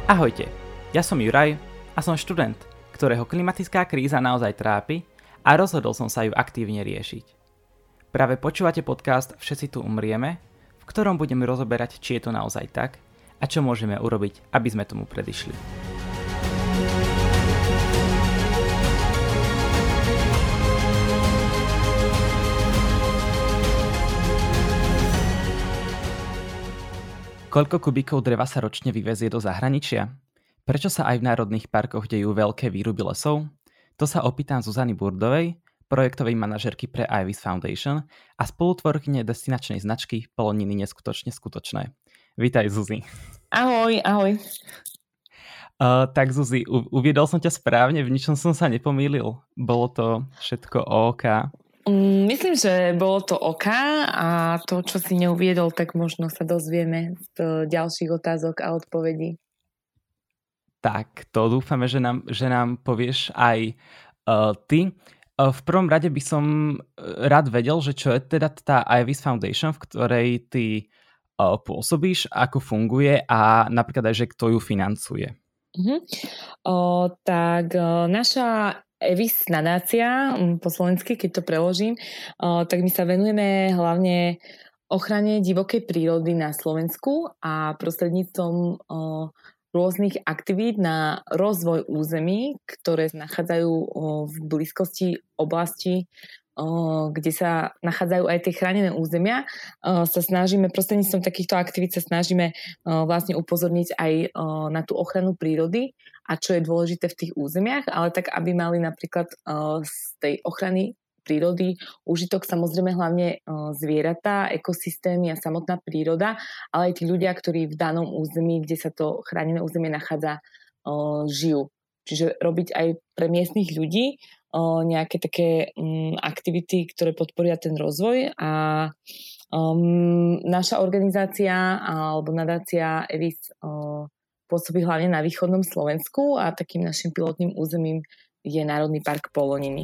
Ahojte, ja som Juraj a som študent, ktorého klimatická kríza naozaj trápi a rozhodol som sa ju aktívne riešiť. Práve počúvate podcast Všetci tu umrieme, v ktorom budeme rozoberať, či je to naozaj tak a čo môžeme urobiť, aby sme tomu predišli. Koľko kubíkov dreva sa ročne vyvezie do zahraničia? Prečo sa aj v národných parkoch dejú veľké výruby lesov? To sa opýtam Zuzany Burdovej, projektovej manažérky pre Ivis Foundation a spolutvorkyne destinačnej značky Poloniny neskutočne skutočné. Vítaj, Zuzi. Ahoj, ahoj. Tak Zuzi, uviedol som ťa správne, v ničom som sa nepomýlil. Bolo to všetko OK? Myslím, že bolo to OK a to, čo si neuviedol, tak možno sa dozvieme z ďalších otázok a odpovedí. Tak, to dúfame, že nám povieš aj ty. V prvom rade by som rád vedel, že čo je teda tá Ivis Foundation, v ktorej ty pôsobíš, ako funguje a napríklad aj, že kto ju financuje. Naša Ivis nadácia, po slovensky, keď to preložím, tak my sa venujeme hlavne ochrane divokej prírody na Slovensku a prostredníctvom rôznych aktivít na rozvoj území, ktoré nachádzajú v blízkosti oblasti, kde sa nachádzajú aj tie chránené územia. Sa snažíme, prostredníctvom takýchto aktivít sa snažíme vlastne upozorniť aj na tú ochranu prírody a čo je dôležité v tých územiach, ale tak, aby mali napríklad z tej ochrany prírody užitok samozrejme hlavne zvieratá, ekosystémy a samotná príroda, ale aj tí ľudia, ktorí v danom území, kde sa to chránené územie nachádza, žijú. Čiže robiť aj pre miestnych ľudí nejaké také aktivity, ktoré podporia ten rozvoj a naša organizácia alebo nadácia Ivis pôsobí hlavne na východnom Slovensku a takým našim pilotným územím je Národný park Poloniny.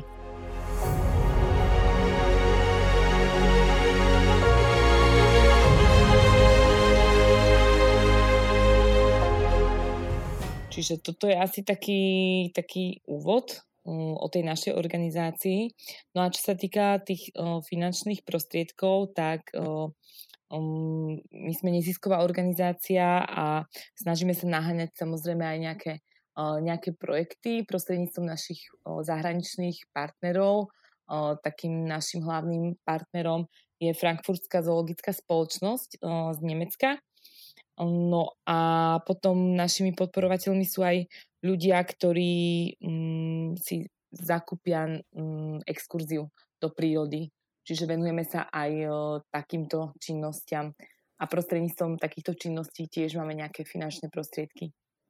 Čiže toto je asi taký úvod o tej našej organizácii. No a čo sa týka tých finančných prostriedkov, tak my sme nezisková organizácia a snažíme sa naháňať samozrejme aj nejaké projekty prostredníctvom našich zahraničných partnerov. Takým našim hlavným partnerom je Frankfurtská zoologická spoločnosť z Nemecka. No a potom našimi podporovateľmi sú aj ľudia, ktorí si zakúpia exkurziu do prírody. Čiže venujeme sa aj takýmto činnostiam a prostredníctvom takýchto činností tiež máme nejaké finančné prostriedky.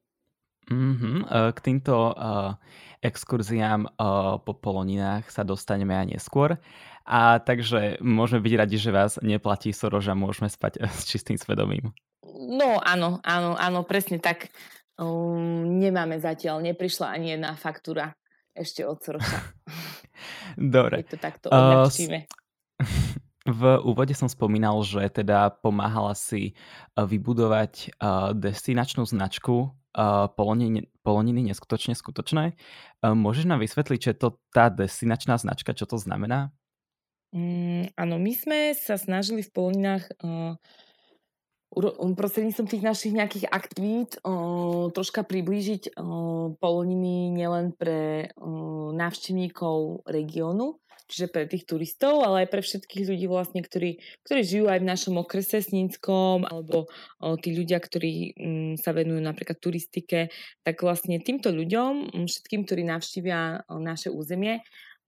K týmto exkurziám po Poloninách sa dostaneme aj neskôr. A takže môžeme byť radi, že vás neplatí Soros a môžeme spať s čistým svedomím. No áno, presne tak. Nemáme zatiaľ, neprišla ani jedna faktúra ešte od Sorosa. Dobre. Keď to takto odľahčíme. V úvode som spomínal, že teda pomáhala si vybudovať destinačnú značku Poloniny neskutočne skutočné. Môžeš nám vysvetliť, čo je to tá destinačná značka, čo to znamená? Áno, my sme sa snažili v Poloninách prostredníctvom tých našich nejakých aktivít troška priblížiť Poloniny nielen pre návštevníkov regiónu, čiže pre tých turistov, ale aj pre všetkých ľudí vlastne, ktorí žijú aj v našom okrese Snínskom, alebo tí ľudia, ktorí sa venujú napríklad turistike, tak vlastne týmto ľuďom, všetkým, ktorí navštívia naše územie,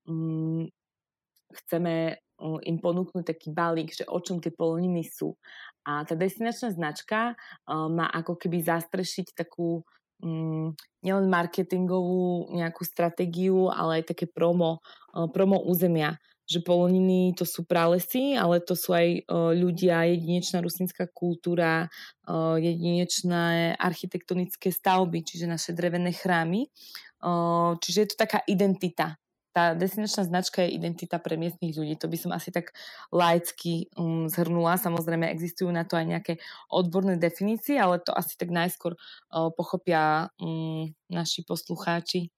chceme im ponúknuť taký balík, že o čom tie Poloniny sú. A tá destinačná značka má ako keby zastrešiť takú nielen marketingovú nejakú stratégiu, ale aj také promo územia. Že Poloniny to sú pralesy, ale to sú aj ľudia, jedinečná rusínska kultúra, jedinečné architektonické stavby, čiže naše drevené chrámy. Čiže je to taká identita tá destinačná značka je identita pre miestnych ľudí. To by som asi tak laicky zhrnula. Samozrejme, existujú na to aj nejaké odborné definície, ale to asi tak najskôr pochopia naši poslucháči.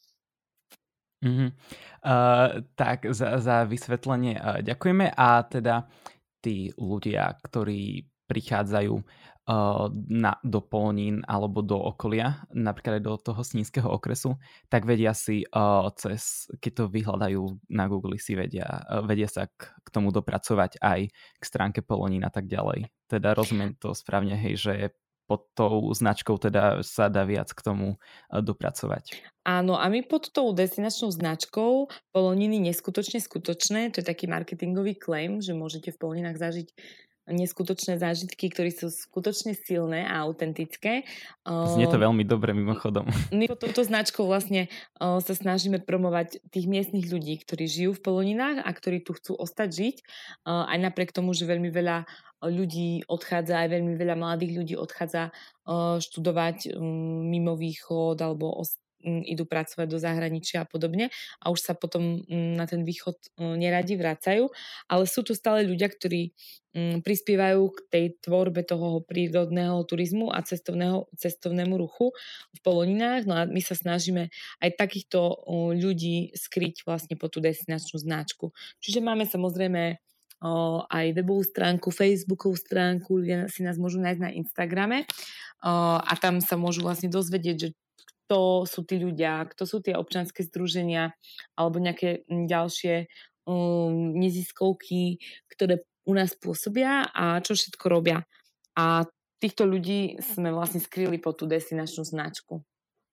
Tak za vysvetlenie ďakujeme. A teda tí ľudia, ktorí prichádzajú do Polonín alebo do okolia, napríklad aj do toho Snízkeho okresu, tak vedia si keď to vyhľadajú na Google, si vedia sa k tomu dopracovať aj k stránke Polonín a tak ďalej. Teda rozumiem to správne, hej, že pod tou značkou teda sa dá viac k tomu dopracovať. Áno, a my pod tou destinačnou značkou Poloniny neskutočne skutočné, to je taký marketingový claim, že môžete v Poloninách zažiť neskutočné zážitky, ktoré sú skutočne silné a autentické. Znie to veľmi dobre mimochodom. My pod touto značkou vlastne sa snažíme promovať tých miestnych ľudí, ktorí žijú v Poloninách a ktorí tu chcú ostať žiť. Aj napriek tomu, že veľmi veľa ľudí odchádza, aj veľmi veľa mladých ľudí odchádza študovať mimo východ alebo idú pracovať do zahraničia a podobne a už sa potom na ten východ neradi vracajú, ale sú tu stále ľudia, ktorí prispievajú k tej tvorbe toho prírodného turizmu a cestovnému ruchu v Poloninách. No a my sa snažíme aj takýchto ľudí skryť vlastne po tú destinačnú značku. Čiže máme samozrejme aj webovú stránku, Facebookovú stránku, ľudia si nás môžu nájsť na Instagrame a tam sa môžu vlastne dozvedieť, že kto sú tí ľudia, kto sú tie občianske združenia alebo nejaké ďalšie neziskovky, ktoré u nás pôsobia a čo všetko robia. A týchto ľudí sme vlastne skryli po tú destinačnú značku.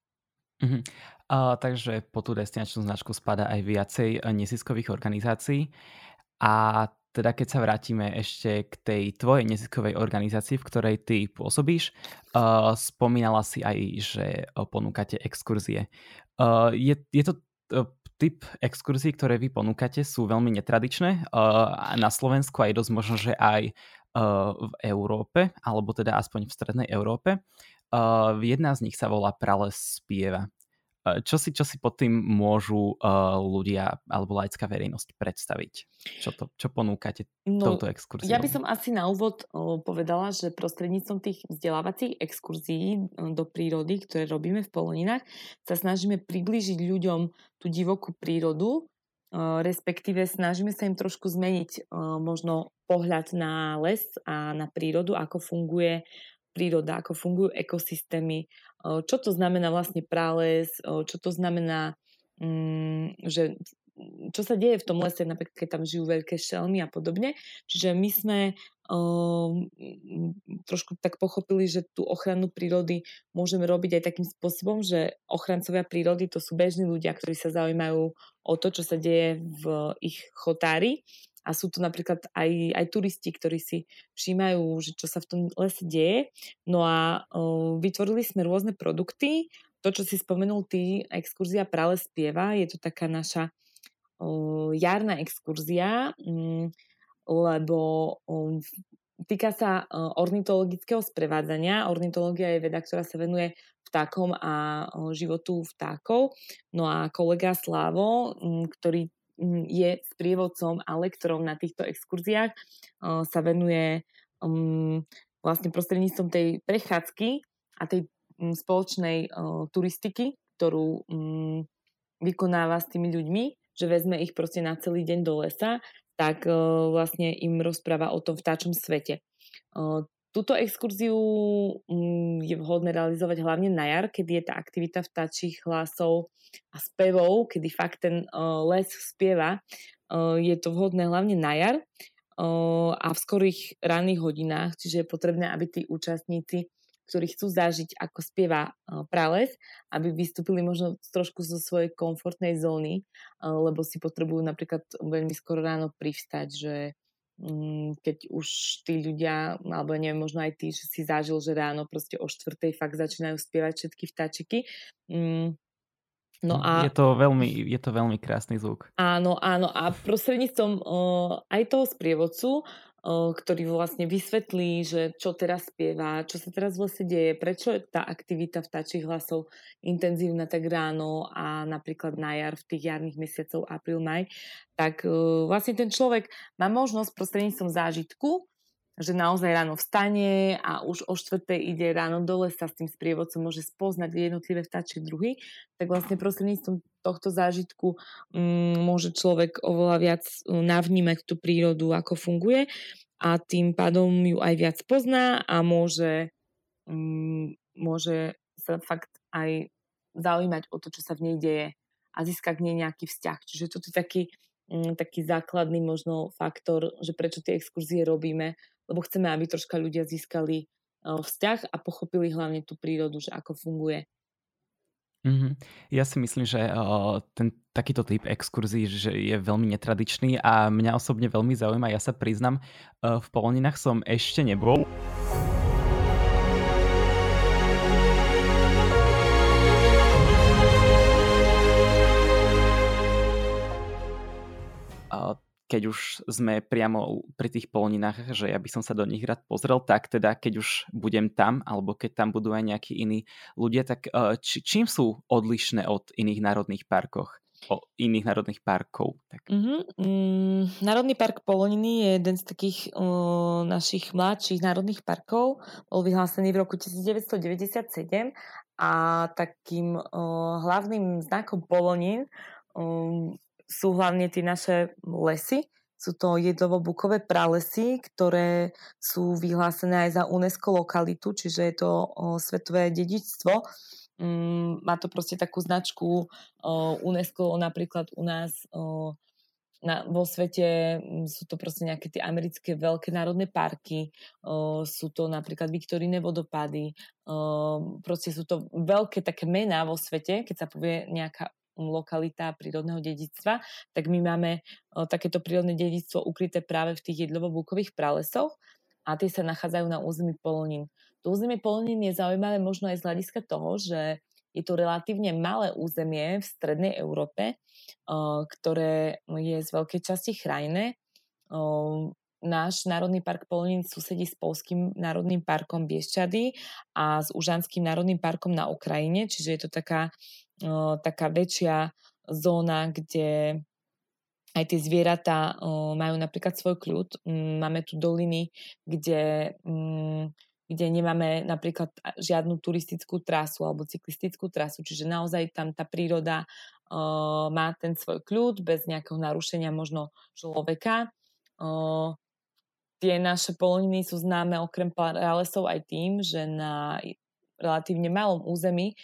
Takže po tú destinačnú značku spadá aj viacej neziskových organizácií. A teda keď sa vrátime ešte k tej tvojej neziskovej organizácii, v ktorej ty pôsobíš, spomínala si aj, že ponúkate exkurzie. Je to typ exkurzií, ktoré vy ponúkate, sú veľmi netradičné. Na Slovensku aj dosť možno, že aj v Európe, alebo teda aspoň v strednej Európe. Jedna z nich sa volá Prales spieva. Čo si pod tým môžu ľudia alebo laická verejnosť predstaviť? Čo ponúkate touto exkurziou? Ja by som asi na úvod povedala, že prostredníctvom tých vzdelávacích exkurzií do prírody, ktoré robíme v Poloninách, sa snažíme priblížiť ľuďom tú divokú prírodu, respektíve snažíme sa im trošku zmeniť možno pohľad na les a na prírodu, ako funguje príroda, ako fungujú ekosystémy, čo to znamená vlastne prales, čo to znamená, že čo sa deje v tom lese, napríklad keď tam žijú veľké šelmy a podobne. Čiže my sme trošku tak pochopili, že tú ochranu prírody môžeme robiť aj takým spôsobom, že ochrancovia prírody to sú bežní ľudia, ktorí sa zaujímajú o to, čo sa deje v ich chotári. A sú tu napríklad aj turisti, ktorí si všímajú, že čo sa v tom lese deje. No a vytvorili sme rôzne produkty. To, čo si spomenul ty, exkurzia Prales spieva, je to taká naša jarná exkurzia, lebo týka sa ornitologického sprevádzania. Ornitológia je veda, ktorá sa venuje vtákom a životu vtákov. No a kolega Slávo, ktorý je sprievodcom a lektorom na týchto exkurziách, sa venuje vlastne prostredníctvom tej prechádzky a tej spoločnej turistiky, ktorú vykonáva s tými ľuďmi, že vezme ich proste na celý deň do lesa, tak vlastne im rozpráva o tom vtáčom svete. Túto exkurziu je vhodné realizovať hlavne na jar, kedy je tá aktivita vtáčich hlasov a spevov, kedy fakt ten les spieva. Je to vhodné hlavne na jar a v skorých ranných hodinách, čiže je potrebné, aby tí účastníci, ktorí chcú zažiť, ako spieva prales, aby vystúpili možno trošku zo svojej komfortnej zóny, lebo si potrebujú napríklad veľmi skoro ráno privstať, že keď už tí ľudia, alebo neviem, možno aj ty, že si zažil, že ráno proste o 4:00 fakt začínajú spievať všetky vtáčiky. No a je to veľmi krásny zvuk. Áno, a prostredníctvom aj toho sprievodcu ktorý vlastne vysvetlí, že čo teraz spieva, čo sa teraz v lese deje, prečo je tá aktivita vtáčich hlasov intenzívna tak ráno a napríklad na jar v tých jarných mesiacov apríl, maj, tak vlastne ten človek má možnosť prostredníctvom zážitku, že naozaj ráno vstane a už o 4:00 ide ráno do lesa s tým sprievodcom, môže spoznať jednotlivé vtáčie druhy, tak vlastne prostredníctvom tohto zážitku môže človek oveľa viac navnímať tú prírodu, ako funguje a tým pádom ju aj viac pozná a môže sa fakt aj zaujímať o to, čo sa v nej deje a získa k nej nejaký vzťah. Čiže toto je taký základný možno faktor, že prečo tie exkurzie robíme, lebo chceme, aby troška ľudia získali vzťah a pochopili hlavne tú prírodu, že ako funguje. Ja si myslím, že takýto typ exkurzí že je veľmi netradičný a mňa osobne veľmi zaujíma. Ja sa priznam, v Poloninách som ešte nebol. Keď už sme priamo pri tých Poloninách, že ja by som sa do nich rád pozrel, tak teda keď už budem tam, alebo keď tam budú aj nejakí iní ľudia, tak čím sú odlišné od iných národných parkov? Tak. Národný park Poloniny je jeden z takých našich mladších národných parkov. Bol vyhlásený v roku 1997 a takým hlavným znakom Polonín sú hlavne tie naše lesy. Sú to jedlovo-bukové pralesy, ktoré sú vyhlásené aj za UNESCO lokalitu, čiže je to svetové dedičstvo. Má to proste takú značku UNESCO, napríklad u nás vo svete sú to proste nejaké tie americké veľké národné parky, sú to napríklad Viktoríne vodopády, proste sú to veľké také mená vo svete, keď sa povie nejaká lokalita prírodného dedičstva, tak my máme takéto prírodné dedičstvo ukryté práve v tých jedlovo-búkových pralesoch a tie sa nachádzajú na území Polonín. To územie Polonín je zaujímavé možno aj z hľadiska toho, že je to relatívne malé územie v strednej Európe, ktoré je z veľkej časti chránené. Náš národný park Polonín susedí s Poľským národným parkom Bieszczady a s Užanským národným parkom na Ukrajine, čiže je to taká väčšia zóna, kde aj tie zvieratá majú napríklad svoj kľud. Máme tu doliny, kde nemáme napríklad žiadnu turistickú trasu alebo cyklistickú trasu, čiže naozaj tam tá príroda má ten svoj kľud bez nejakého narušenia možno človeka. Tie naše Poloniny sú známe okrem pralesov aj tým, že na relatívne malom území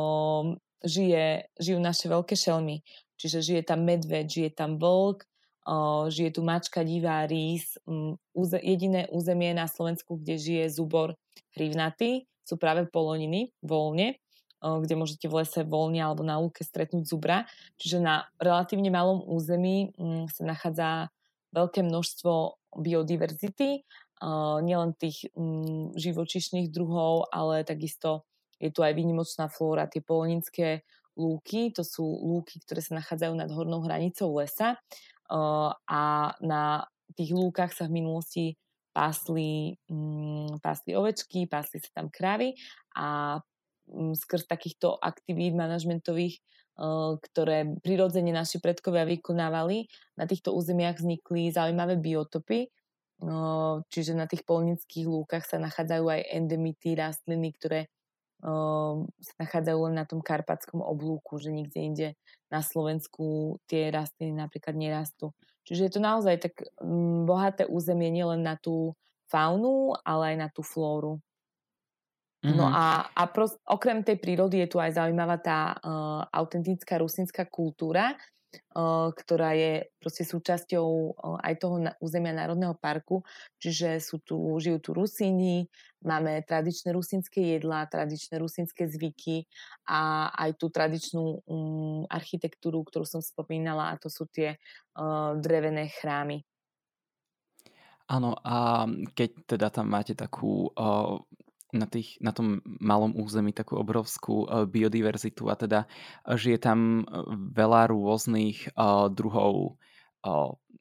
žijú naše veľké šelmy. Čiže žije tam medveď, žije tam vlk, žije tu mačka, divá, rís. Jediné územie na Slovensku, kde žije zubor hrivnatý, sú práve Poloniny, voľne, kde môžete v lese voľne alebo na lúke stretnúť zubra. Čiže na relatívne malom území sa nachádza veľké množstvo biodiverzity, nielen tých živočíšnych druhov, ale takisto je tu aj výnimočná flóra. Tie poloninské lúky, to sú lúky, ktoré sa nachádzajú nad hornou hranicou lesa a na tých lúkach sa v minulosti pásli ovečky, pásli sa tam krávy a skrz takýchto aktivít manažmentových, ktoré prirodzene naši predkovia vykonávali, na týchto územiach vznikli zaujímavé biotopy, čiže na tých polninských lúkach sa nachádzajú aj endemity, rastliny, ktoré sa nachádzajú len na tom karpatskom oblúku, že nikde inde na Slovensku tie rastliny napríklad nerastú. Čiže je to naozaj tak bohaté územie nielen na tú faunu, ale aj na tú flóru. No a okrem tej prírody je tu aj zaujímavá tá autentická rusinská kultúra, ktorá je proste súčasťou aj toho územia Národného parku. Čiže žijú tu Rusíni, máme tradičné rusínske jedlá, tradičné rusínske zvyky a aj tú tradičnú architektúru, ktorú som spomínala, a to sú tie drevené chrámy. Áno, a keď teda tam máte takú na tom malom území takú obrovskú biodiverzitu a teda žije tam veľa rôznych druhov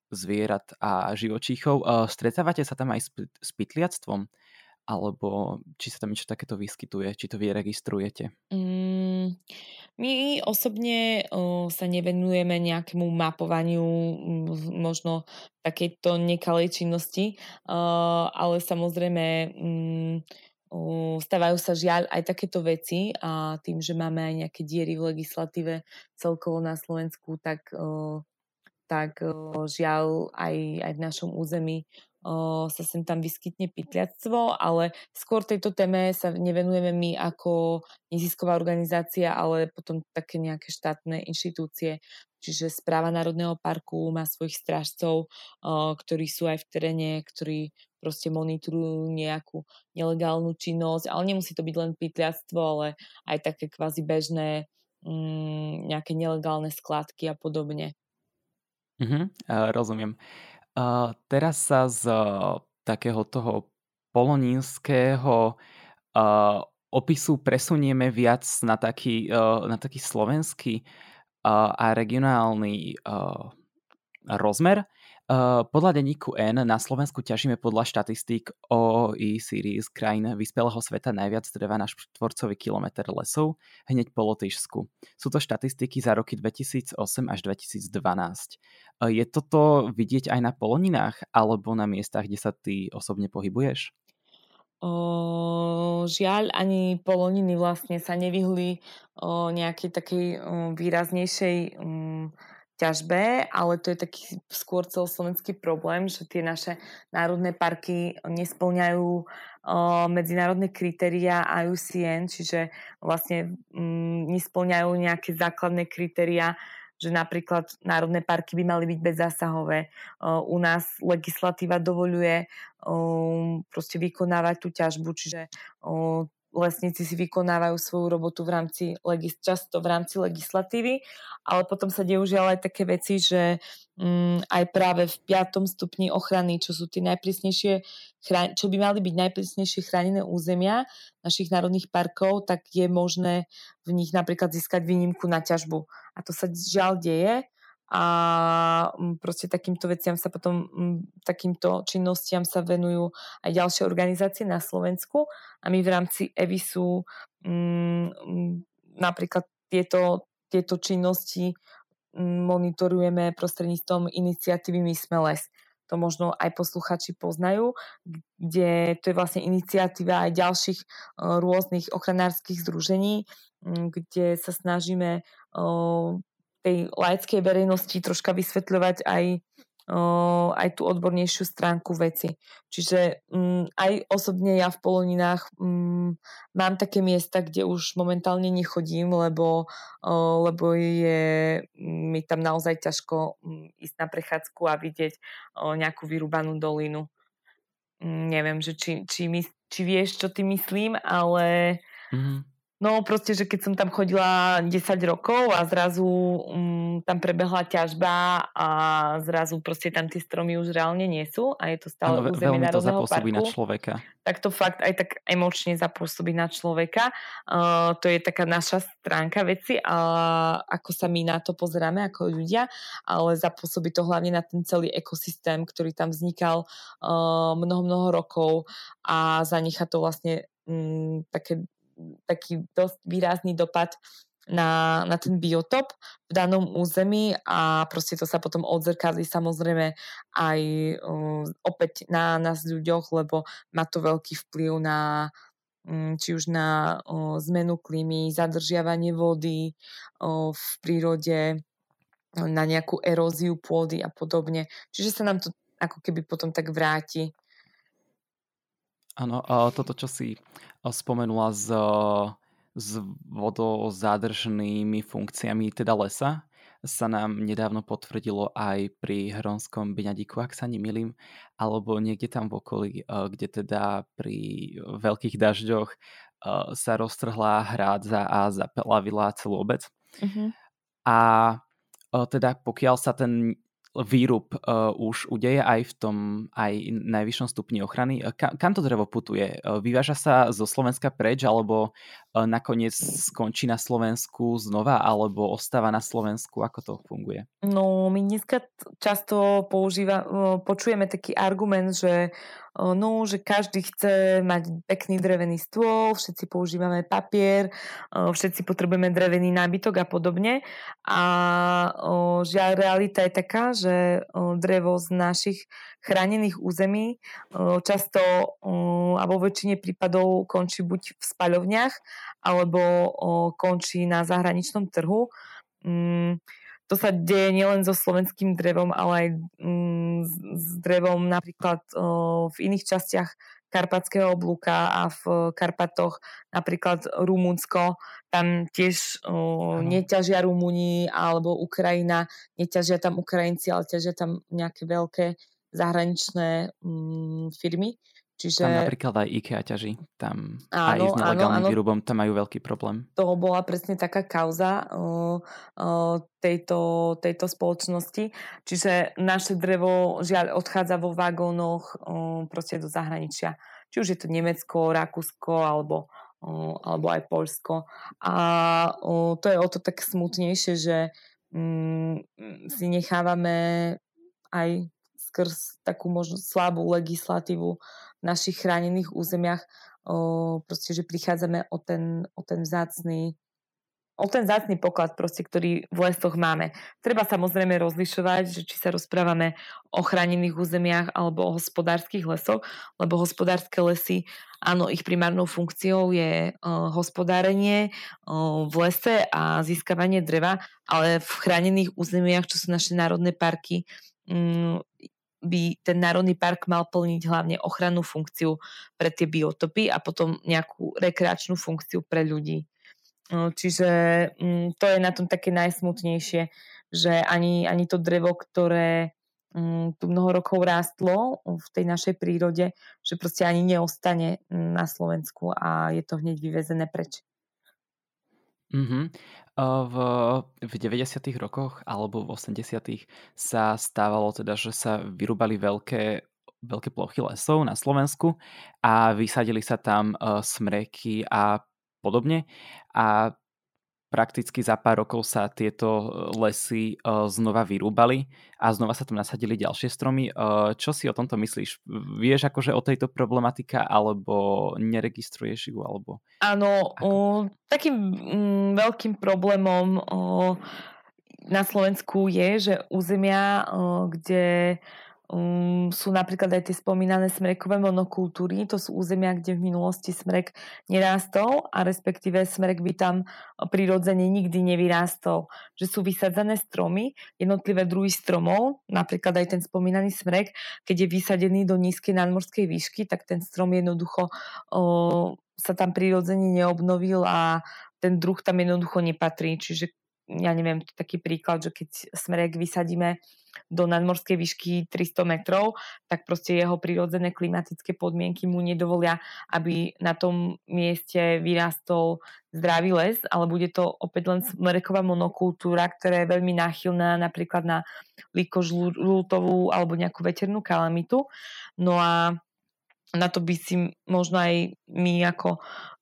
zvierat a živočíchov. Stretávate sa tam aj s pytliactvom? Alebo či sa tam niečo takéto vyskytuje? Či to vy registrujete? My osobne sa nevenujeme nejakému mapovaniu možno takejto nekalej činnosti, ale samozrejme stávajú sa žiaľ aj takéto veci a tým, že máme aj nejaké diery v legislatíve celkovo na Slovensku, tak žiaľ aj v našom území sa sem tam vyskytne pytliactvo, ale skôr tejto téme sa nevenujeme my ako nezisková organizácia, ale potom také nejaké štátne inštitúcie. Čiže Správa Národného parku má svojich strážcov, ktorí sú aj v teréne, ktorí proste monitorujú nejakú nelegálnu činnosť, ale nemusí to byť len pytliactvo, ale aj také kvázi bežné nejaké nelegálne skladky a podobne. Rozumiem. Teraz sa z takého toho polonínskeho opisu presunieme viac na taký slovenský a regionálny rozmer. Podľa denníku N na Slovensku ťažíme podľa štatistík OECD z krajín vyspelého sveta najviac dreva na štvorcový kilometr lesov, hneď po Lotyšsku. Sú to štatistiky za roky 2008 až 2012. Je toto vidieť aj na poloninách alebo na miestach, kde sa ty osobne pohybuješ? Žiaľ, ani poloniny vlastne sa nevyhli nejakej takej výraznejšej ťažbe, ale to je taký skôr celoslovenský problém, že tie naše národné parky nesplňajú medzinárodné kritériá IUCN, čiže vlastne nesplňajú nejaké základné kritériá, že napríklad národné parky by mali byť bezzásahové. U nás legislatíva dovoľuje proste vykonávať tú ťažbu, čiže lesníci si vykonávajú svoju robotu často v rámci legislatívy, ale potom sa dejú žiaľ aj také veci, že aj práve v 5. stupni ochrany, čo sú tie najprísnejšie, čo by mali byť najprísnejšie chránené územia našich národných parkov, tak je možné v nich napríklad získať výnimku na ťažbu. A to sa žiaľ deje a proste takýmto veciam sa potom, takýmto činnostiam sa venujú aj ďalšie organizácie na Slovensku a my v rámci EVISu napríklad tieto činnosti monitorujeme prostredníctvom iniciatívy My sme les. To možno aj posluchači poznajú, kde to je vlastne iniciatíva aj ďalších rôznych ochranárskych združení, kde sa snažíme tej laickej verejnosti troška vysvetľovať aj tú odbornejšiu stránku veci. Čiže aj osobne ja v Poloninách mám také miesta, kde už momentálne nechodím, lebo je mi tam naozaj ťažko ísť na prechádzku a vidieť nejakú vyrúbanú dolinu. Neviem, že či vieš, čo ty myslím, ale no proste, že keď som tam chodila 10 rokov a zrazu tam prebehla ťažba a zrazu proste tam tie stromy už reálne nie sú a je to stále územie národného parku. Veľmi to zapôsobí na človeka. Tak to fakt aj tak emočne zapôsobí na človeka. To je taká naša stránka veci, ako sa my na to pozeráme ako ľudia, ale zapôsobí to hlavne na ten celý ekosystém, ktorý tam vznikal mnoho rokov a zanechá to vlastne taký dosť výrazný dopad na ten biotop v danom území a proste to sa potom odzrkadlí samozrejme aj opäť na nás ľuďoch, lebo má to veľký vplyv na či už na zmenu klímy, zadržiavanie vody v prírode, na nejakú eróziu pôdy a podobne. Čiže sa nám to ako keby potom tak vráti. Áno, toto, čo si spomenula s vodozádržnými funkciami teda lesa, sa nám nedávno potvrdilo aj pri Hronskom Beňadiku, ak sa nemýlim, alebo niekde tam v okolí, kde teda pri veľkých dažďoch sa roztrhla hrádza a zaplavila celú obec. A teda pokiaľ sa ten výrub už udeje aj v tom aj najvyššom stupni ochrany. Kam to drevo putuje? Vyváža sa zo Slovenska preč, alebo nakoniec skončí na Slovensku znova, alebo ostáva na Slovensku? Ako to funguje? No, my dneska často počujeme taký argument, že že každý chce mať pekný drevený stôl, všetci používame papier, všetci potrebujeme drevený nábytok a podobne. A žiaľ, realita je taká, že drevo z našich chránených území často a vo väčšine prípadov končí buď v spaľovniach, alebo končí na zahraničnom trhu. To sa deje nielen so slovenským drevom, ale aj s drevom napríklad v iných častiach Karpatského oblúka a v Karpatoch, napríklad Rumunsko. Tam tiež neťažia Rumúni alebo Ukrajina, neťažia tam Ukrajinci, ale ťažia tam nejaké veľké zahraničné firmy. Čiže... Tam napríklad aj IKEA ťaží. Tam aj s nelegálnym výrobom tam majú veľký problém. To bola presne taká kauza tejto spoločnosti. Čiže naše drevo žiaľ odchádza vo vagónoch proste do zahraničia. Či už je to Nemecko, Rakúsko alebo aj Poľsko. A to je o to tak smutnejšie, že si nechávame aj skrz takú možno slabú legislatívu v našich chránených územiach proste, že prichádzame o ten vzácny poklad, proste, ktorý v lesoch máme. Treba samozrejme rozlišovať, že či sa rozprávame o chránených územiach alebo o hospodárskych lesoch, lebo hospodárske lesy, áno, ich primárnou funkciou je hospodárenie v lese a získavanie dreva, ale v chránených územiach, čo sú naše národné parky, by ten národný park mal plniť hlavne ochrannú funkciu pre tie biotopy a potom nejakú rekreačnú funkciu pre ľudí. Čiže to je na tom také najsmutnejšie, že ani to drevo, ktoré tu mnoho rokov rástlo v tej našej prírode, že proste ani neostane na Slovensku a je to hneď vyvezené preč. V 90. rokoch alebo v 80. sa stávalo teda, že sa vyrúbali veľké plochy lesov na Slovensku a vysadili sa tam smreky a podobne. A prakticky za pár rokov sa tieto lesy znova vyrúbali a znova sa tam nasadili ďalšie stromy. Čo si o tomto myslíš? Vieš akože o tejto problematika alebo neregistruješ ju? Alebo... Áno, takým veľkým problémom na Slovensku je, že územia, kde sú napríklad aj tie spomínané smrekové monokultúry. To sú územia, kde v minulosti smrek nerástol a respektíve smrek by tam prirodzene nikdy nevyrástol. Že sú vysadzané stromy, jednotlivé druhy stromov, napríklad aj ten spomínaný smrek, keď je vysadený do nízkej nadmorskej výšky, tak ten strom jednoducho sa tam prirodzene neobnovil a ten druh tam jednoducho nepatrí. Čiže ja neviem, taký príklad, že keď smrek vysadíme do nadmorskej výšky 300 metrov, tak proste jeho prirodzené klimatické podmienky mu nedovolia, aby na tom mieste vyrástol zdravý les, ale bude to opäť len smreková monokultúra, ktorá je veľmi náchylná napríklad na líkožlútovú alebo nejakú veternú kalamitu. No a na to by si možno aj my ako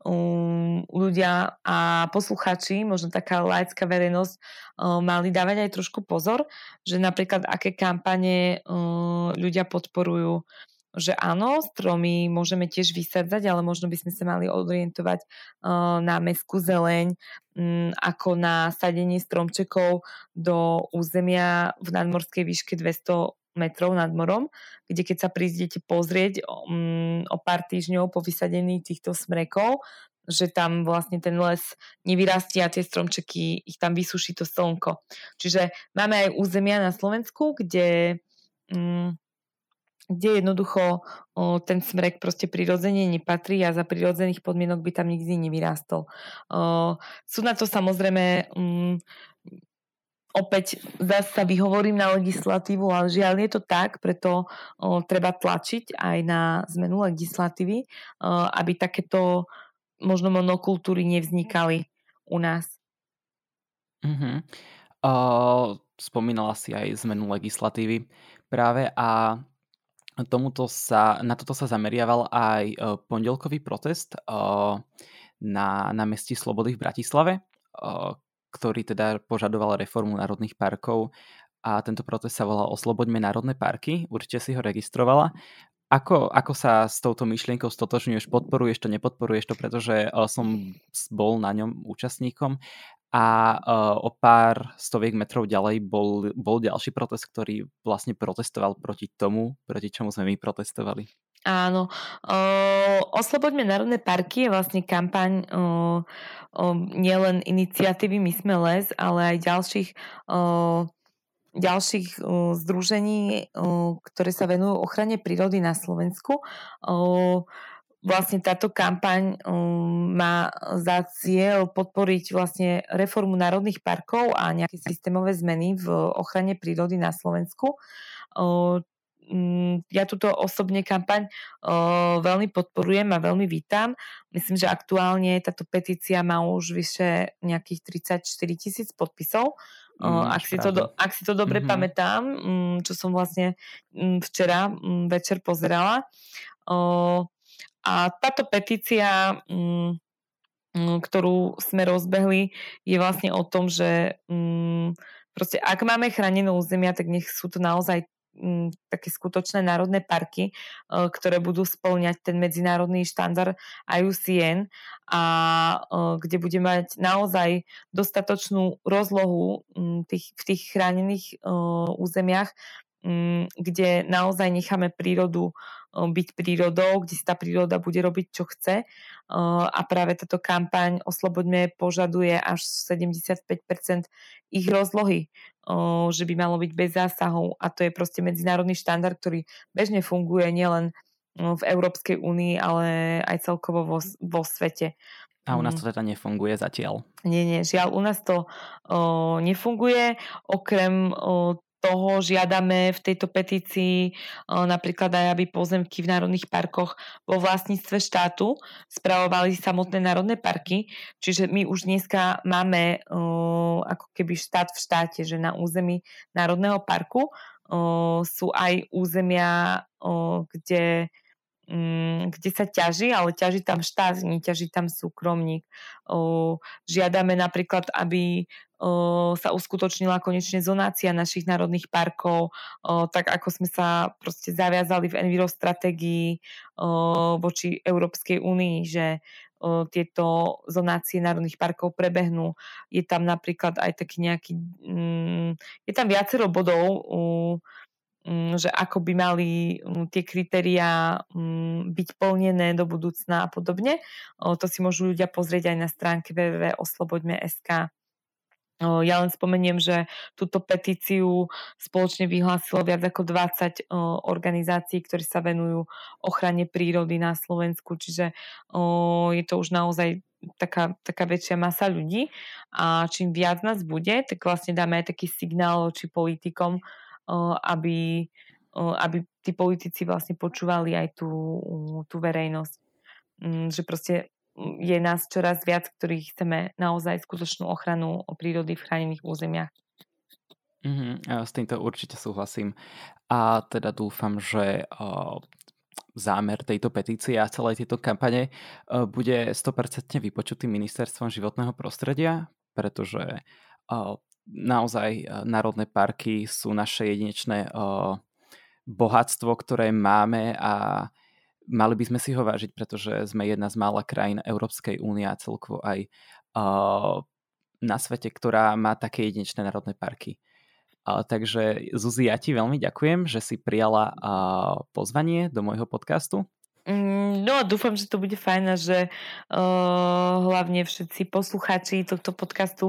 ľudia a posluchači, možno taká laická verejnosť, mali dávať aj trošku pozor, že napríklad aké kampane ľudia podporujú, že áno, stromy môžeme tiež vysadzať, ale možno by sme sa mali orientovať na mestskú zeleň, ako na sadenie stromčekov do územia v nadmorskej výške 200 metrov nad morom, kde keď sa prídete pozrieť o pár týždňov po vysadení týchto smrekov, že tam vlastne ten les nevyrastie a tie stromčeky ich tam vysuší to slnko. Čiže máme aj územia na Slovensku, kde jednoducho ten smrek proste prirodzene nepatrí a za prirodzených podmienok by tam nikdy nevyrástol. Sú na to samozrejme opäť zase sa vyhovorím na legislatívu, ale žiaľ je to tak, preto treba tlačiť aj na zmenu legislatívy, aby takéto možno monokultúry nevznikali u nás. spomínala si aj zmenu legislatívy práve a na toto sa zameriaval aj pondelkový protest na námestí Slobody v Bratislave, ktorý teda požadoval reformu národných parkov a tento protest sa volal Osloboďme národné parky. Určite si ho registrovala. Ako sa s touto myšlienkou stotožňuješ? Podporuješ to, nepodporuješ to? Pretože som bol na ňom účastníkom a o pár stoviek metrov ďalej bol ďalší protest, ktorý vlastne protestoval proti tomu, proti čomu sme my protestovali. Áno. Osloboďme národné parky je vlastne kampaň nielen iniciatívy My sme les, ale aj ďalších združení, ktoré sa venujú ochrane prírody na Slovensku. Vlastne táto kampaň má za cieľ podporiť vlastne reformu národných parkov a nejaké systémové zmeny v ochrane prírody na Slovensku. Ja túto osobne kampaň veľmi podporujem a veľmi vítam. Myslím, že aktuálne táto petícia má už vyše nejakých 34 000 podpisov. Ak si to dobre pamätám, čo som vlastne včera večer pozerala. A táto petícia, ktorú sme rozbehli, je vlastne o tom, že proste ak máme chránené územia, tak nech sú to naozaj také skutočné národné parky, ktoré budú spĺňať ten medzinárodný štandard IUCN a kde bude mať naozaj dostatočnú rozlohu v tých chránených územiach, kde naozaj necháme prírodu byť prírodou, kde si tá príroda bude robiť, čo chce. A práve táto kampaň Osloboďme požaduje až 75% ich rozlohy, že by malo byť bez zásahov. A to je proste medzinárodný štandard, ktorý bežne funguje nielen v Európskej únii, ale aj celkovo vo svete. A u nás to teda nefunguje zatiaľ? Nie, žiaľ, u nás to nefunguje. Okrem toho žiadame v tejto petícii napríklad aj, aby pozemky v národných parkoch vo vlastníctve štátu spravovali samotné národné parky. Čiže my už dneska máme ako keby štát v štáte, že na území národného parku sú aj územia, kde sa ťaží, ale ťaží tam štát, neťaží tam súkromník. Žiadame napríklad, aby sa uskutočnila konečne zonácia našich národných parkov, tak ako sme sa proste zaviazali v Envirostratégii voči Európskej únii, že tieto zonácie národných parkov prebehnú. Je tam napríklad aj taký nejaký... Je tam viacero bodov, že ako by mali tie kritériá byť plnené do budúcna a podobne. To si môžu ľudia pozrieť aj na stránke www.osloboďme.sk. Ja len spomeniem, že túto petíciu spoločne vyhlásilo viac ako 20 organizácií, ktoré sa venujú ochrane prírody na Slovensku, čiže je to už naozaj taká väčšia masa ľudí a čím viac nás bude, tak vlastne dáme aj taký signál či politikom, aby tí politici vlastne počúvali aj tú verejnosť. Že proste je nás čoraz viac, ktorí chceme naozaj skutočnú ochranu prírody v chránených územiach. S týmto určite súhlasím. A teda dúfam, že zámer tejto petície a celej tejto kampane bude 100% vypočutý Ministerstvom životného prostredia, pretože naozaj národné parky sú naše jedinečné bohatstvo, ktoré máme a mali by sme si ho vážiť, pretože sme jedna z mála krajín Európskej únie a celkovo aj na svete, ktorá má také jedinečné národné parky. Takže Zuzi, ja ti veľmi ďakujem, že si prijala pozvanie do môjho podcastu. No, dúfam, že to bude fajn a že hlavne všetci poslucháči tohto podcastu,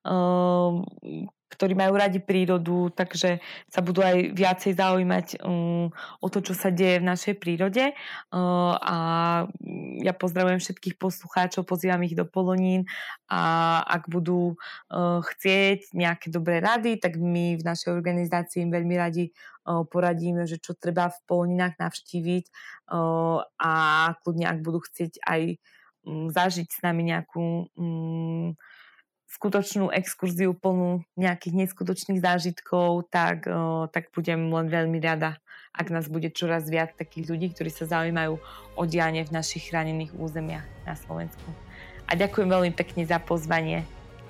ktorí majú radi prírodu, takže sa budú aj viacej zaujímať o to, čo sa deje v našej prírode. A ja pozdravujem všetkých poslucháčov, pozývam ich do Polonín a ak budú chcieť nejaké dobré rady, tak my v našej organizácii im veľmi radi poradíme, že čo treba v Poloninách navštíviť a kľudne, ak budú chcieť aj zažiť s nami nejakú skutočnú exkurziu plnú nejakých neskutočných zážitkov, tak budem len veľmi rada, ak nás bude čoraz viac takých ľudí, ktorí sa zaujímajú o dianie v našich chránených územiach na Slovensku. A ďakujem veľmi pekne za pozvanie.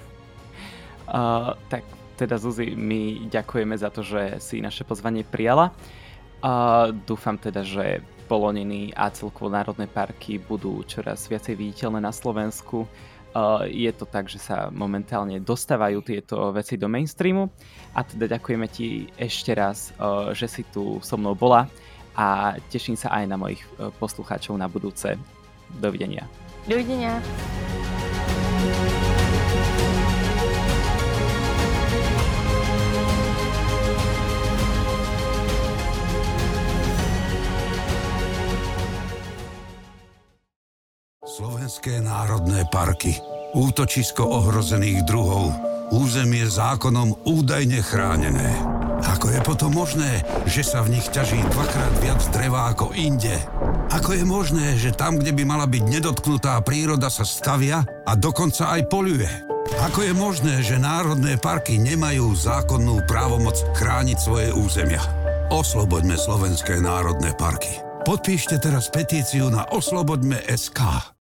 Tak teda Zuzi, my ďakujeme za to, že si naše pozvanie prijala. Dúfam teda, že Poloniny a celkovo národné parky budú čoraz viacej viditeľné na Slovensku. Je to tak, že sa momentálne dostávajú tieto veci do mainstreamu a teda ďakujeme ti ešte raz, že si tu so mnou bola a teším sa aj na mojich poslucháčov na budúce. Dovidenia. Dovidenia. Slovenské národné parky. Útočisko ohrozených druhov. Územie zákonom údajne chránené. Ako je potom možné, že sa v nich ťaží dvakrát viac dreva ako inde? Ako je možné, že tam, kde by mala byť nedotknutá príroda, sa stavia a dokonca aj poľuje? Ako je možné, že národné parky nemajú zákonnú právomoc chrániť svoje územia? Osloboďme slovenské národné parky. Podpíšte teraz petíciu na osloboďme.sk.